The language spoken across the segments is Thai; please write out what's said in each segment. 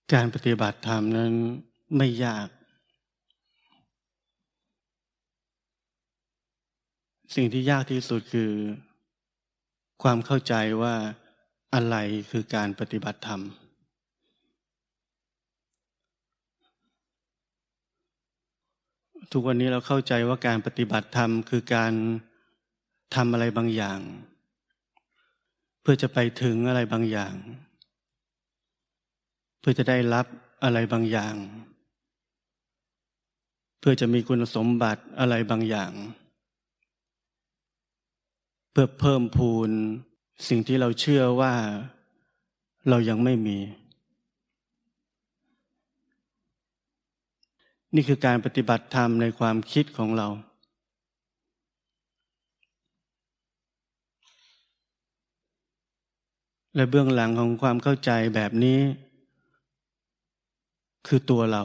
การปฏิบัติธรรมนั้นไม่ยากสิ่งที่ยากที่สุดคือความเข้าใจว่าอะไรคือการปฏิบัติธรรมทุกวันนี้เราเข้าใจว่าการปฏิบัติธรรมคือการทำอะไรบางอย่างเพื่อจะไปถึงอะไรบางอย่างเพื่อจะได้รับอะไรบางอย่างเพื่อจะมีคุณสมบัติอะไรบางอย่างเพื่อเพิ่มพูนสิ่งที่เราเชื่อว่าเรายังไม่มีนี่คือการปฏิบัติธรรมในความคิดของเราและเบื้องหลังของความเข้าใจแบบนี้คือตัวเรา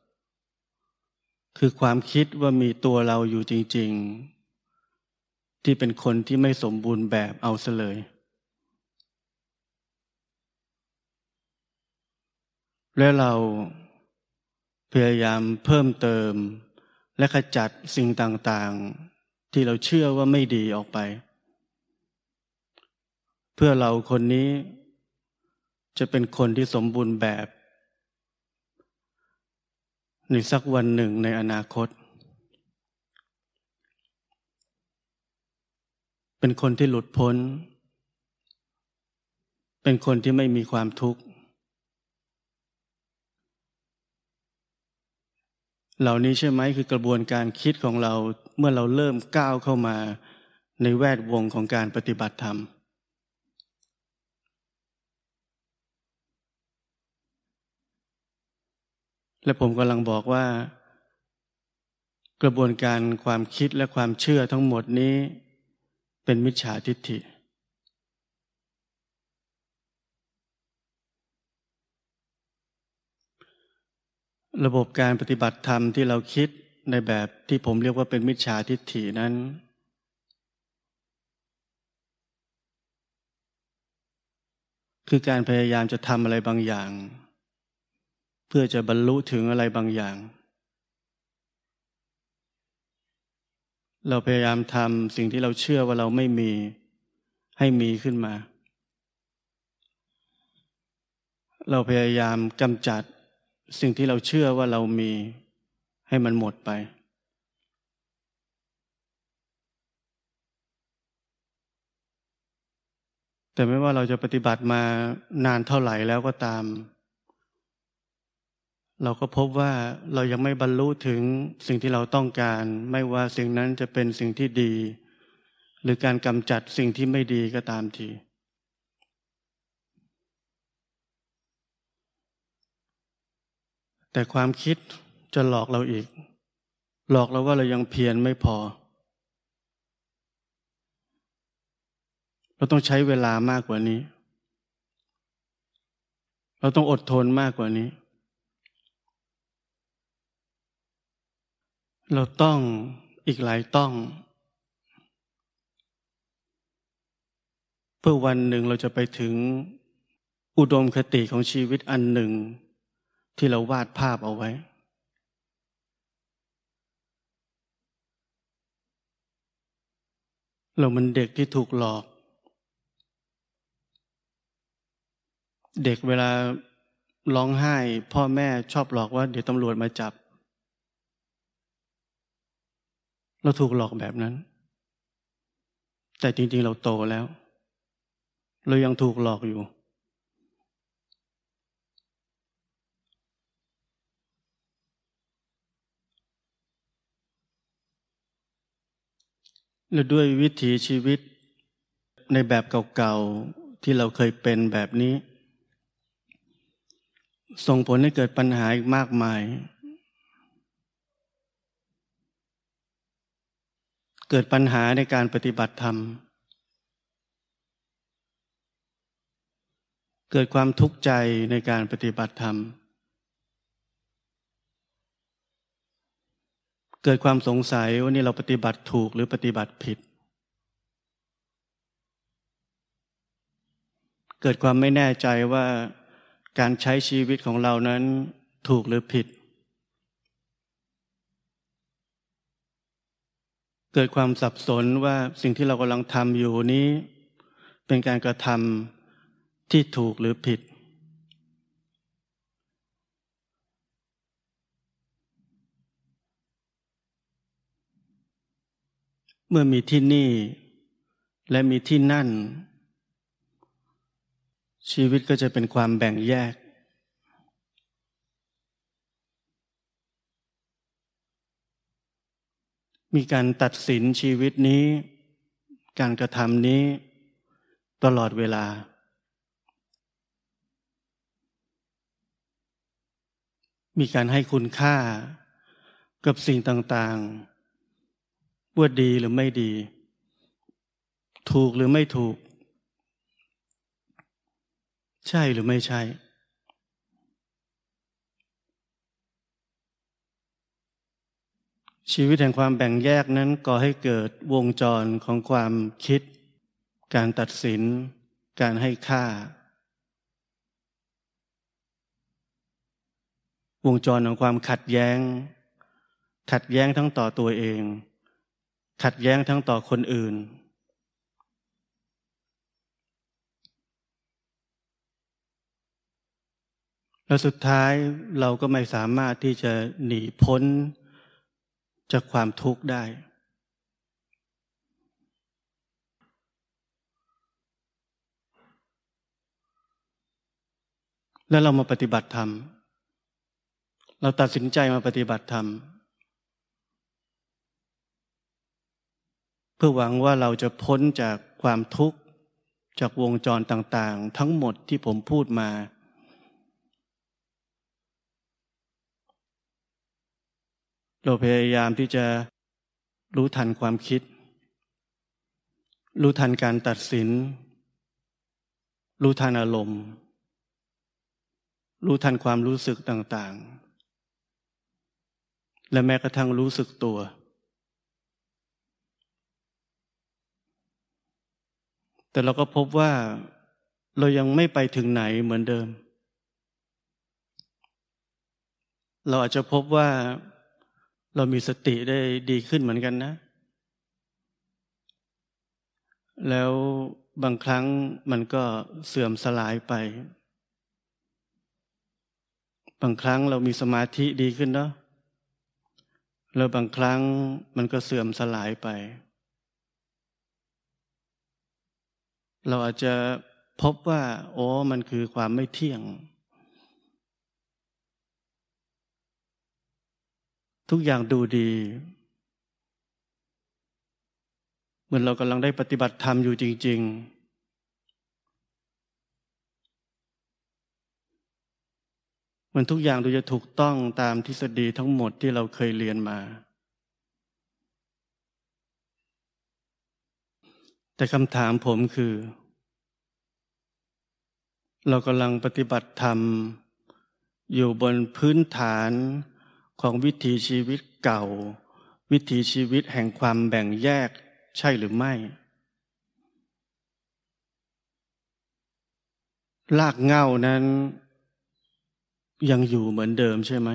คือความคิดว่ามีตัวเราอยู่จริงๆที่เป็นคนที่ไม่สมบูรณ์แบบเอาซะเลยและเราพยายามเพิ่มเติมและขจัดสิ่งต่างๆที่เราเชื่อว่าไม่ดีออกไปเพื่อเราคนนี้จะเป็นคนที่สมบูรณ์แบบในสักวันหนึ่งในอนาคตเป็นคนที่หลุดพ้นเป็นคนที่ไม่มีความทุกข์เหล่านี้ใช่ไหมคือกระบวนการคิดของเราเมื่อเราเริ่มก้าวเข้ามาในแวดวงของการปฏิบัติธรรมและผมกำลังบอกว่ากระบวนการความคิดและความเชื่อทั้งหมดนี้เป็นมิจฉาทิฏฐิระบบการปฏิบัติธรรมที่เราคิดในแบบที่ผมเรียกว่าเป็นมิจฉาทิฏฐินั้นคือการพยายามจะทำอะไรบางอย่างเพื่อจะบรรลุถึงอะไรบางอย่างเราพยายามทำสิ่งที่เราเชื่อว่าเราไม่มีให้มีขึ้นมาเราพยายามกำจัดสิ่งที่เราเชื่อว่าเรามีให้มันหมดไปแต่ไม่ว่าเราจะปฏิบัติมานานเท่าไหร่แล้วก็ตามเราก็พบว่าเรายังไม่บรรลุถึงสิ่งที่เราต้องการไม่ว่าสิ่งนั้นจะเป็นสิ่งที่ดีหรือการกำจัดสิ่งที่ไม่ดีก็ตามทีแต่ความคิดจะหลอกเราอีกหลอกเราว่าเรายังเพียรไม่พอเราต้องใช้เวลามากกว่านี้เราต้องอดทนมากกว่านี้เราต้องอีกหลายต้องเพื่อวันหนึ่งเราจะไปถึงอุดมคติของชีวิตอันหนึ่งที่เราวาดภาพเอาไว้เรามันเด็กที่ถูกหลอกเด็กเวลาร้องไห้พ่อแม่ชอบหลอกว่าเดี๋ยวตำรวจมาจับเราถูกหลอกแบบนั้นแต่จริงๆเราโตแล้วเรายังถูกหลอกอยู่และด้วยวิถีชีวิตในแบบเก่าๆที่เราเคยเป็นแบบนี้ส่งผลให้เกิดปัญหาอีกมากมายเกิดปัญหาในการปฏิบัติธรรมเกิดความทุกข์ใจในการปฏิบัติธรรมเกิดความสงสัยว่านี่เราปฏิบัติถูกหรือปฏิบัติผิดเกิดความไม่แน่ใจว่าการใช้ชีวิตของเรานั้นถูกหรือผิดเกิดความสับสนว่าสิ่งที่เรากำลังทำอยู่นี้เป็นการกระทำที่ถูกหรือผิดเมื่อมีที่นี่และมีที่นั่นชีวิตก็จะเป็นความแบ่งแยกมีการตัดสินชีวิตนี้การกระทำนี้ตลอดเวลามีการให้คุณค่ากับสิ่งต่างๆว่าดีหรือไม่ดีถูกหรือไม่ถูกใช่หรือไม่ใช่ชีวิตแห่งความแบ่งแยกนั้นก่อให้เกิดวงจรของความคิดการตัดสินการให้ค่าวงจรของความขัดแย้งทั้งต่อตัวเองขัดแย้งทั้งต่อคนอื่นแล้วสุดท้ายเราก็ไม่สามารถที่จะหนีพ้นจากความทุกข์ได้แล้วเรามาปฏิบัติธรรมเราตัดสินใจมาปฏิบัติธรรมเพื่อหวังว่าเราจะพ้นจากความทุกข์จากวงจรต่างๆทั้งหมดที่ผมพูดมาเราพยายามที่จะรู้ทันความคิดรู้ทันการตัดสินรู้ทันอารมณ์รู้ทันความรู้สึกต่างๆและแม้กระทั่งรู้สึกตัวแต่เราก็พบว่าเรายังไม่ไปถึงไหนเหมือนเดิมเราอาจจะพบว่าเรามีสติได้ดีขึ้นเหมือนกันนะแล้วบางครั้งมันก็เสื่อมสลายไปบางครั้งเรามีสมาธิดีขึ้นเนาะแล้วบางครั้งมันก็เสื่อมสลายไปเราอาจจะพบว่ามันคือความไม่เที่ยงทุกอย่างดูดีเหมือนเรากำลังได้ปฏิบัติธรรมอยู่จริงๆเหมือนทุกอย่างดูจะถูกต้องตามทฤษฎีทั้งหมดที่เราเคยเรียนมาแต่คำถามผมคือเรากำลังปฏิบัติธรรมอยู่บนพื้นฐานของวิถีชีวิตเก่าวิถีชีวิตแห่งความแบ่งแยกใช่หรือไม่รากเหง้านั้นยังอยู่เหมือนเดิมใช่ไหม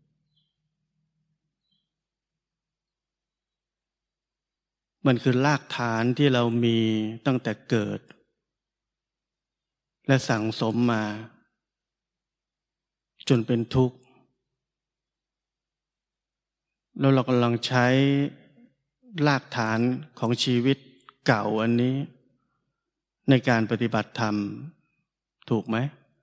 มันคือรากฐานที่เรามีตั้งแต่เกิดและสั่งสมมาจนเป็นทุกข์แล้วเรากำลังใช้รากฐานของชีวิตเก่าอันนี้ในการปฏิบัติธรรมถูกไหม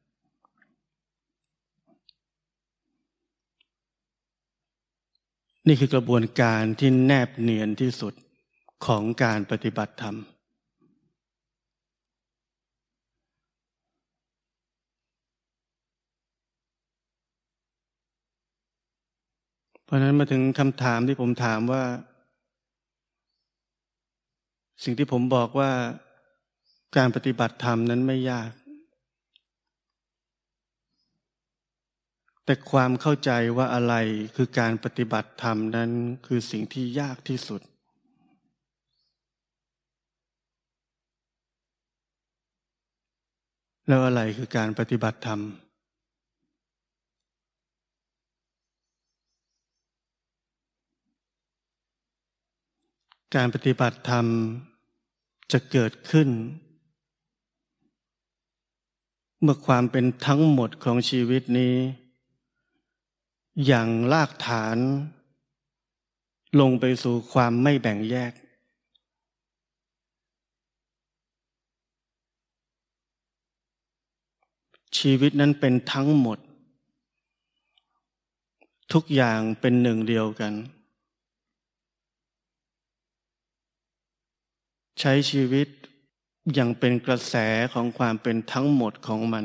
นี่คือกระบวนการที่แนบเนียนที่สุดของการปฏิบัติธรรมเพราะฉะนั้นมาถึงคำถามที่ผมถามว่าสิ่งที่ผมบอกว่าการปฏิบัติธรรมนั้นไม่ยากแต่ความเข้าใจว่าอะไรคือการปฏิบัติธรรมนั้นคือสิ่งที่ยากที่สุดแล้วอะไรคือการปฏิบัติธรรมการปฏิบัติธรรมจะเกิดขึ้นเมื่อความเป็นทั้งหมดของชีวิตนี้อย่างรากฐานลงไปสู่ความไม่แบ่งแยกชีวิตนั้นเป็นทั้งหมดทุกอย่างเป็นหนึ่งเดียวกันใช้ชีวิตอย่างเป็นกระแสของความเป็นทั้งหมดของมัน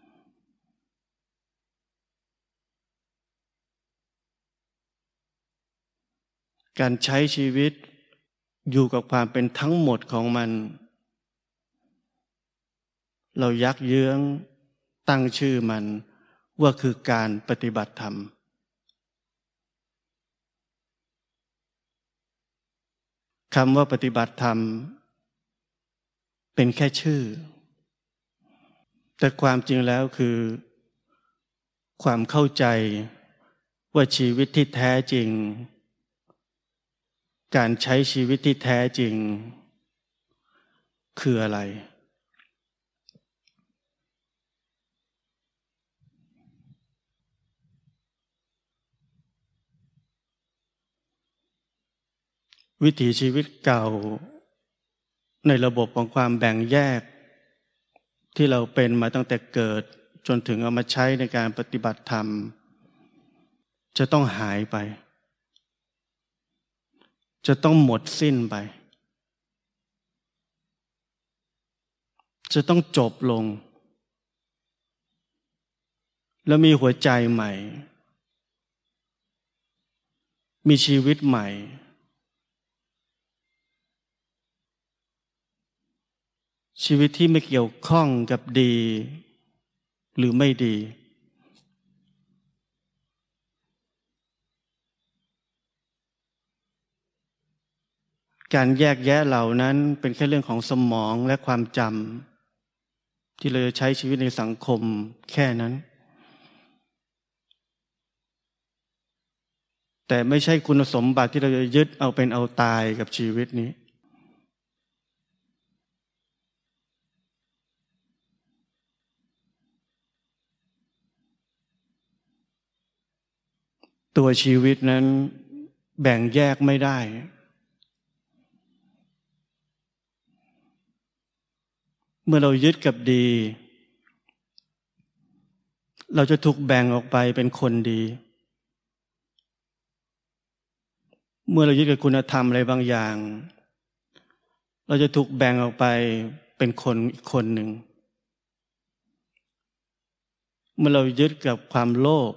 การใช้ชีวิตอยู่กับความเป็นทั้งหมดของมันเรายักเยื้องตั้งชื่อมันว่าคือการปฏิบัติธรรมคำว่าปฏิบัติธรรมเป็นแค่ชื่อแต่ความจริงแล้วคือความเข้าใจว่าชีวิตที่แท้จริงการใช้ชีวิตที่แท้จริงคืออะไรวิถีชีวิตเก่าในระบบของความแบ่งแยกที่เราเป็นมาตั้งแต่เกิดจนถึงเอามาใช้ในการปฏิบัติธรรมจะต้องหายไปจะต้องหมดสิ้นไปจะต้องจบลงแล้วมีหัวใจใหม่มีชีวิตใหม่ชีวิตที่ไม่เกี่ยวข้องกับดีหรือไม่ดีการแยกแยะเหล่านั้นเป็นแค่เรื่องของสมองและความจำที่เราจะใช้ชีวิตในสังคมแค่นั้นแต่ไม่ใช่คุณสมบัติที่เราจะยึดเอาเป็นเอาตายกับชีวิตนี้ตัวชีวิตนั้นแบ่งแยกไม่ได้เมื่อเรายึดกับดีเราจะถูกแบ่งออกไปเป็นคนดีเมื่อเรายึดกับคุณธรรมอะไรบางอย่างเราจะถูกแบ่งออกไปเป็นคนอีกคนหนึ่งเมื่อเรายึดกับความโลภ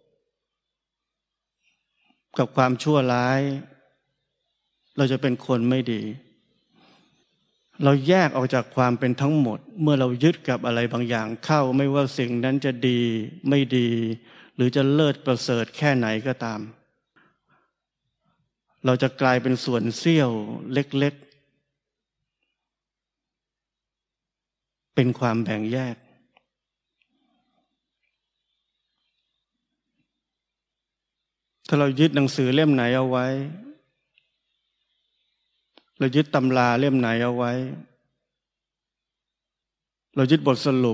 กับความชั่วร้ายเราจะเป็นคนไม่ดีเราแยกออกจากความเป็นทั้งหมดเมื่อเรายึดกับอะไรบางอย่างเข้าไม่ว่าสิ่งนั้นจะดีไม่ดีหรือจะเลิศประเสริฐแค่ไหนก็ตามเราจะกลายเป็นส่วนเสี้ยวเล็กๆเป็นความแบ่งแยกถ้าเรายึดหนังสือเล่มไหนเอาไว้เรายึดตำราเล่มไหนเอาไว้เรายึดบทสรุป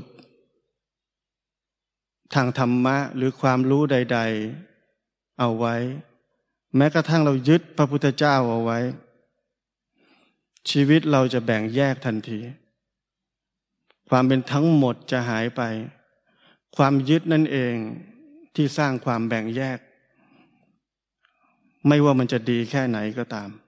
ทางธรรมะหรือความรู้ใดๆเอาไว้แม้กระทั่งเรายึดพระพุทธเจ้าเอาไว้ชีวิตเราจะแบ่งแยกทันทีความเป็นทั้งหมดจะหายไปความยึดนั่นเองที่สร้างความแบ่งแยกไม่ว่ามันจะดีแค่ไหนก็ตาม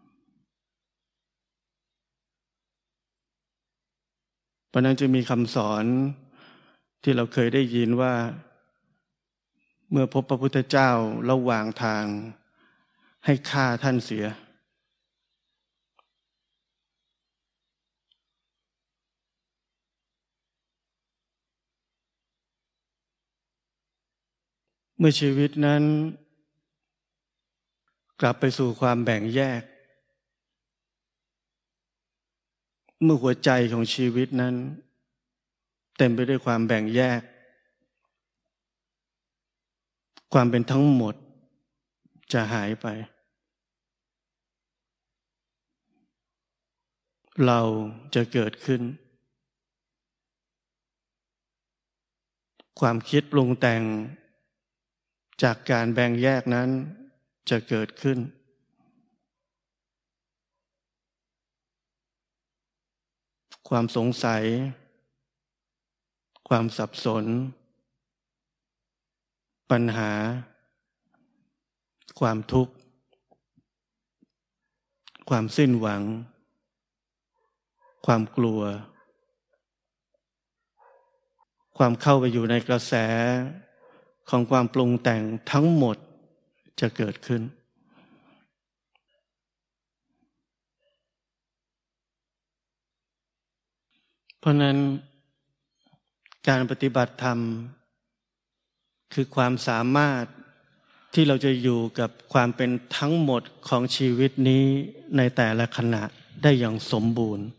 เพราะนั้นจะมีคำสอนที่เราเคยได้ยินว่าเมื่อพบพระพุทธเจ้าระหว่างทางให้ฆ่าท่านเสียเมื่อชีวิตนั้นกลับไปสู่ความแบ่งแยกเมื่อหัวใจของชีวิตนั้นเต็มไปด้วยความแบ่งแยกความเป็นทั้งหมดจะหายไปเราจะเกิดขึ้นความคิดปรุงแต่งจากการแบ่งแยกนั้นจะเกิดขึ้นความสงสัยความสับสนปัญหาความทุกข์ความสิ้นหวังความกลัวความเข้าไปอยู่ในกระแสของความปรุงแต่งทั้งหมดจะเกิดขึ้นเพราะนั้นการปฏิบัติธรรมคือความสามารถที่เราจะอยู่กับความเป็นทั้งหมดของชีวิตนี้ในแต่ละขณะได้อย่างสมบูรณ์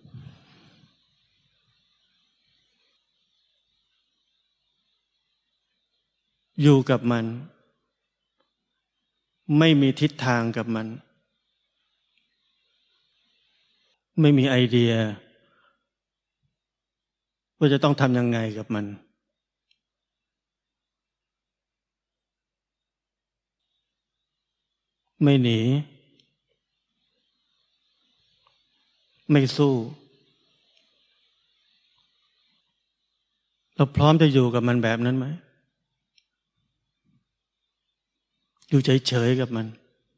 อยู่กับมันไม่มีทิศทางกับมันไม่มีไอเดียว่าจะต้องทำยังไงกับมันไม่หนีไม่สู้เราพร้อมจะอยู่กับมันแบบนั้นไหมอยู่เฉยๆกับมัน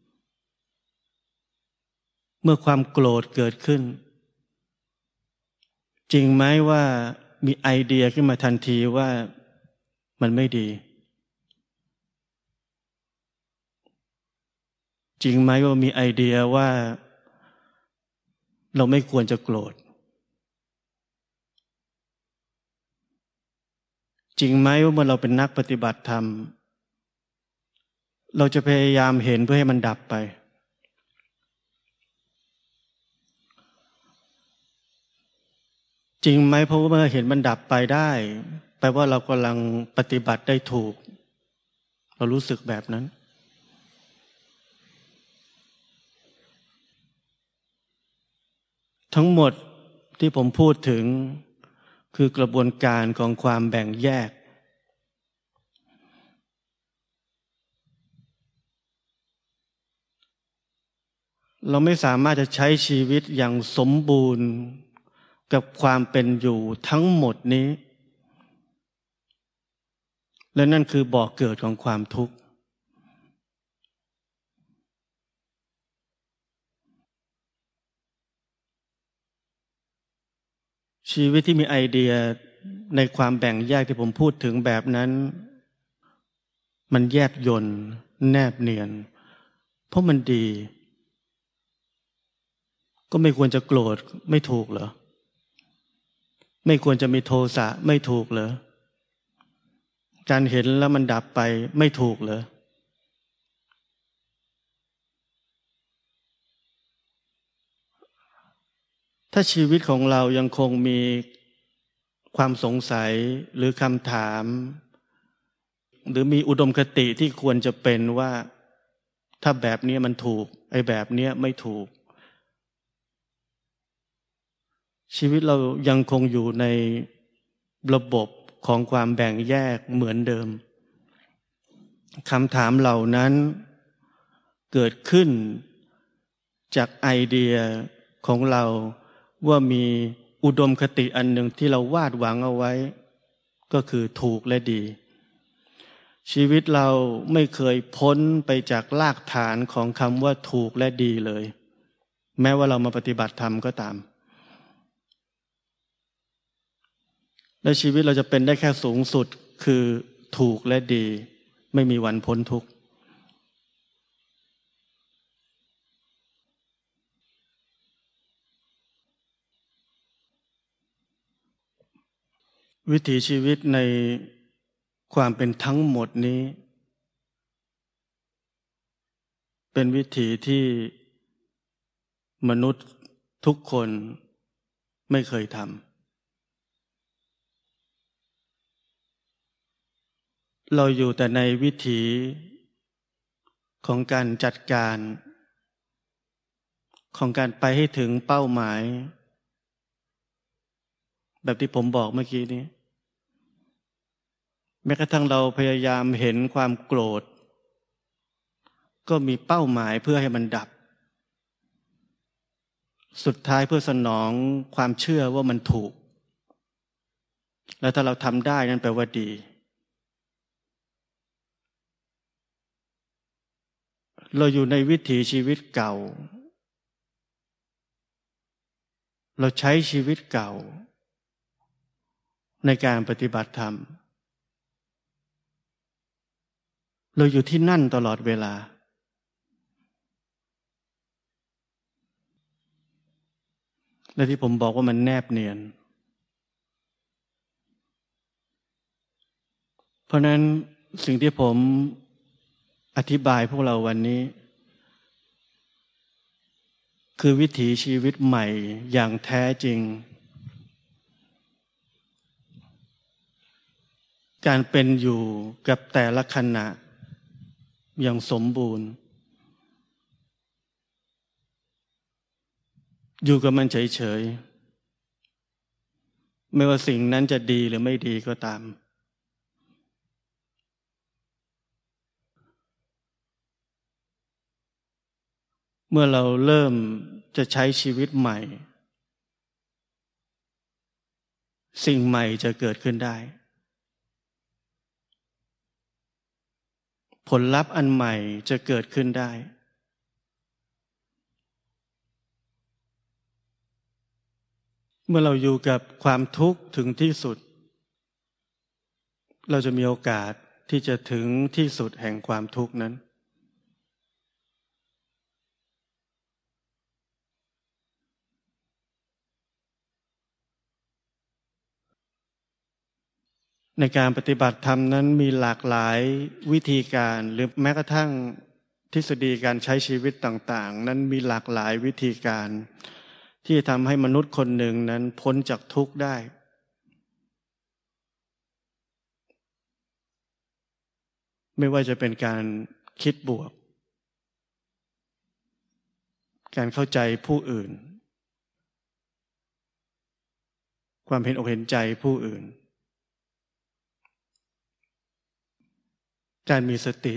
เมื่อความโกรธเกิดขึ้นจริงไหมว่ามีไอเดียขึ้นมาทันทีว่ามันไม่ดีจริงไหมว่ามีไอเดียว่าเราไม่ควรจะโกรธจริงไหมว่าเมื่อเราเป็นนักปฏิบัติธรรมเราจะพยายามเห็นเพื่อให้มันดับไปจริงไหมเพราะว่าเมื่อเห็นมันดับไปได้แปลว่าเรากำลังปฏิบัติได้ถูกเรารู้สึกแบบนั้นทั้งหมดที่ผมพูดถึงคือกระบวนการของความแบ่งแยกเราไม่สามารถจะใช้ชีวิตอย่างสมบูรณ์กับความเป็นอยู่ทั้งหมดนี้และนั่นคือบ่อเกิดของความทุกข์ชีวิตที่มีไอเดียในความแบ่งแยกที่ผมพูดถึงแบบนั้นมันแยบยลแนบเนียนเพราะมันดีก็ไม่ควรจะโกรธไม่ถูกเหรอไม่ควรจะมีโทสะไม่ถูกเหรอการเห็นแล้วมันดับไปไม่ถูกเหรอถ้าชีวิตของเรายังคงมีความสงสัยหรือคำถามหรือมีอุดมคติที่ควรจะเป็นว่าถ้าแบบนี้มันถูกไอ้แบบนี้ไม่ถูกชีวิตเรายังคงอยู่ในระบบของความแบ่งแยกเหมือนเดิมคำถามเหล่านั้นเกิดขึ้นจากไอเดียของเราว่ามีอุดมคติอันหนึ่งที่เราวาดหวังเอาไว้ก็คือถูกและดีชีวิตเราไม่เคยพ้นไปจากรากฐานของคำว่าถูกและดีเลยแม้ว่าเรามาปฏิบัติธรรมก็ตามและชีวิตเราจะเป็นได้แค่สูงสุดคือถูกและดีไม่มีวันพ้นทุกข์วิถีชีวิตในความเป็นทั้งหมดนี้เป็นวิถีที่มนุษย์ทุกคนไม่เคยทำเราอยู่แต่ในวิถีของการจัดการของการไปให้ถึงเป้าหมายแบบที่ผมบอกเมื่อกี้นี้แม้กระทั่งเราพยายามเห็นความโกรธก็มีเป้าหมายเพื่อให้มันดับสุดท้ายเพื่อสนองความเชื่อว่ามันถูกแล้วถ้าเราทำได้นั่นแปลว่าดีเราอยู่ในวิถีชีวิตเก่าเราใช้ชีวิตเก่าในการปฏิบัติธรรมเราอยู่ที่นั่นตลอดเวลาและที่ผมบอกว่ามันแนบเนียนเพราะนั้นสิ่งที่ผมอธิบายพวกเราวันนี้คือวิถีชีวิตใหม่อย่างแท้จริงการเป็นอยู่กับแต่ละขณะอย่างสมบูรณ์อยู่กับมันเฉยๆไม่ว่าสิ่งนั้นจะดีหรือไม่ดีก็ตามเมื่อเราเริ่มจะใช้ชีวิตใหม่สิ่งใหม่จะเกิดขึ้นได้ผลลัพธ์อันใหม่จะเกิดขึ้นได้เมื่อเราอยู่กับความทุกข์ถึงที่สุดเราจะมีโอกาสที่จะถึงที่สุดแห่งความทุกข์นั้นในการปฏิบัติธรรมนั้นมีหลากหลายวิธีการหรือแม้กระทั่งทฤษฎีการใช้ชีวิตต่างๆนั้นมีหลากหลายวิธีการที่ทำให้มนุษย์คนหนึ่งนั้นพ้นจากทุกข์ได้ไม่ว่าจะเป็นการคิดบวกการเข้าใจผู้อื่นความเห็นอกเห็นใจผู้อื่นการมีสติ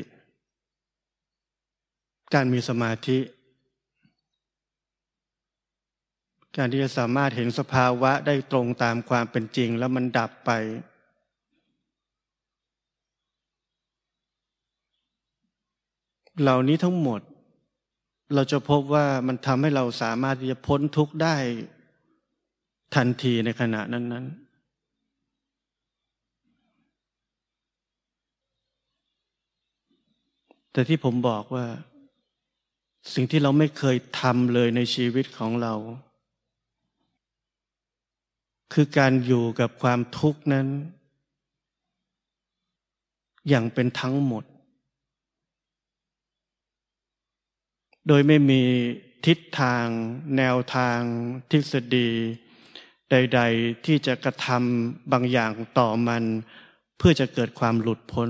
การมีสมาธิการที่จะสามารถเห็นสภาวะได้ตรงตามความเป็นจริงแล้วมันดับไปเหล่านี้ทั้งหมดเราจะพบว่ามันทำให้เราสามารถที่จะพ้นทุกข์ได้ทันทีในขณะนั้นๆแต่ที่ผมบอกว่าสิ่งที่เราไม่เคยทำเลยในชีวิตของเราคือการอยู่กับความทุกข์นั้นอย่างเป็นทั้งหมดโดยไม่มีทิศทางแนวทางทฤษฎีใดๆที่จะกระทำบางอย่างต่อมันเพื่อจะเกิดความหลุดพ้น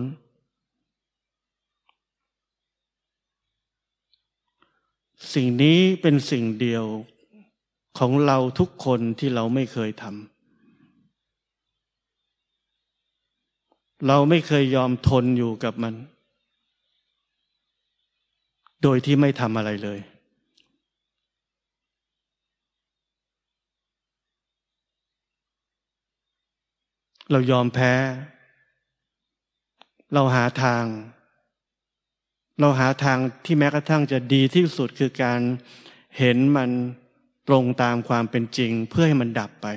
สิ่งนี้เป็นสิ่งเดียวของเราทุกคนที่เราไม่เคยทำเราไม่เคยยอมทนอยู่กับมันโดยที่ไม่ทำอะไรเลยเรายอมแพ้เราหาทางที่แม้กระทั่งจะดีที่สุดคือการเห็นมันตรงตามความเป็นจริงเพื่อให้มันดับไป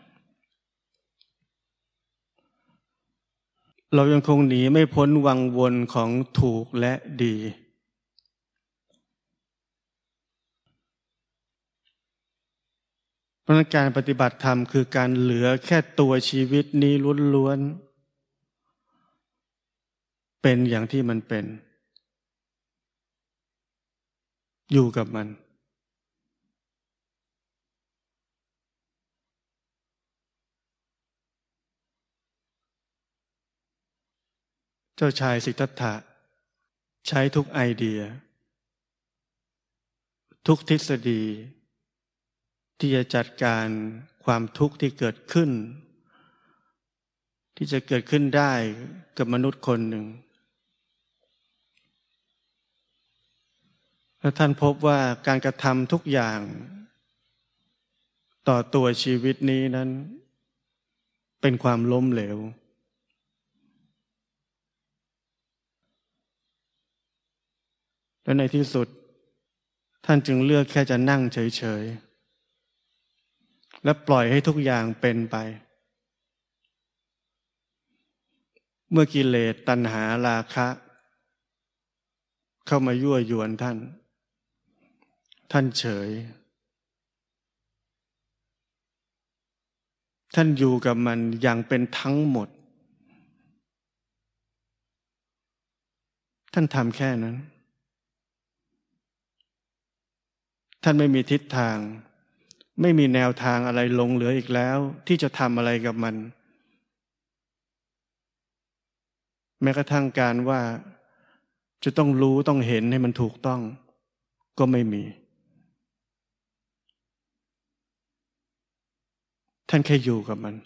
เรายังคงหนีไม่พ้นวังวนของถูกและดีเพราะฉะนั้นการปฏิบัติธรรมคือการเหลือแค่ตัวชีวิตนี้ล้วนๆเป็นอย่างที่มันเป็นอยู่กับมันเจ้าชายสิทธัตถะใช้ทุกไอเดียทุกทฤษฎีที่จะจัดการความทุกข์ที่เกิดขึ้นที่จะเกิดขึ้นได้กับมนุษย์คนหนึ่งและท่านพบว่าการกระทำทุกอย่างต่อตัวชีวิตนี้นั้นเป็นความล้มเหลวและในที่สุดท่านจึงเลือกแค่จะนั่งเฉยๆและปล่อยให้ทุกอย่างเป็นไปเมื่อกิเลสตัณหาราคะเข้ามายั่วยวนท่านเฉยท่านอยู่กับมันอย่างเป็นทั้งหมดท่านทำแค่นั้นท่านไม่มีทิศทางไม่มีแนวทางอะไรหลงเหลืออีกแล้วที่จะทำอะไรกับมันแม้กระทั่งการว่าจะต้องรู้ต้องเห็นให้มันถูกต้องก็ไม่มีท่านแค่อยู่กับมัน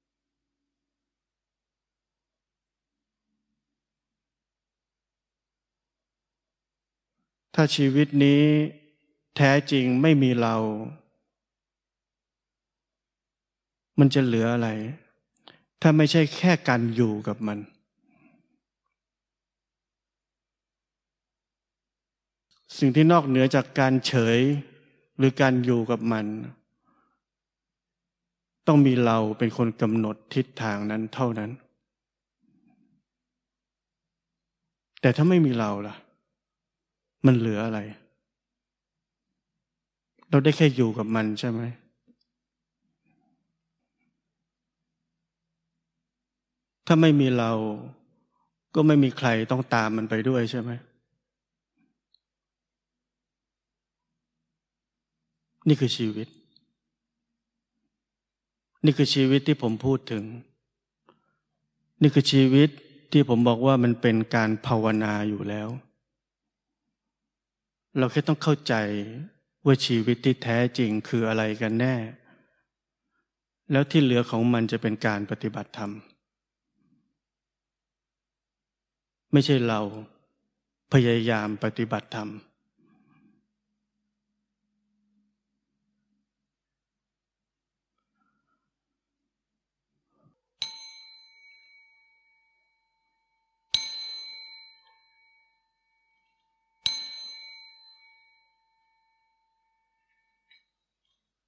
ถ้าชีวิตนี้แท้จริงไม่มีเรามันจะเหลืออะไรถ้าไม่ใช่แค่การอยู่กับมันสิ่งที่นอกเหนือจากการเฉยหรือการอยู่กับมันต้องมีเราเป็นคนกำหนดทิศทางนั้นเท่านั้นแต่ถ้าไม่มีเราล่ะมันเหลืออะไรเราได้แค่อยู่กับมันใช่ไหมถ้าไม่มีเราก็ไม่มีใครต้องตามมันไปด้วยใช่ไหมนี่คือชีวิตนี่คือชีวิตที่ผมพูดถึงนี่คือชีวิตที่ผมบอกว่ามันเป็นการภาวนาอยู่แล้วเราแค่ต้องเข้าใจว่าชีวิตที่แท้จริงคืออะไรกันแน่แล้วที่เหลือของมันจะเป็นการปฏิบัติธรรมไม่ใช่เราพยายามปฏิบัติธรรม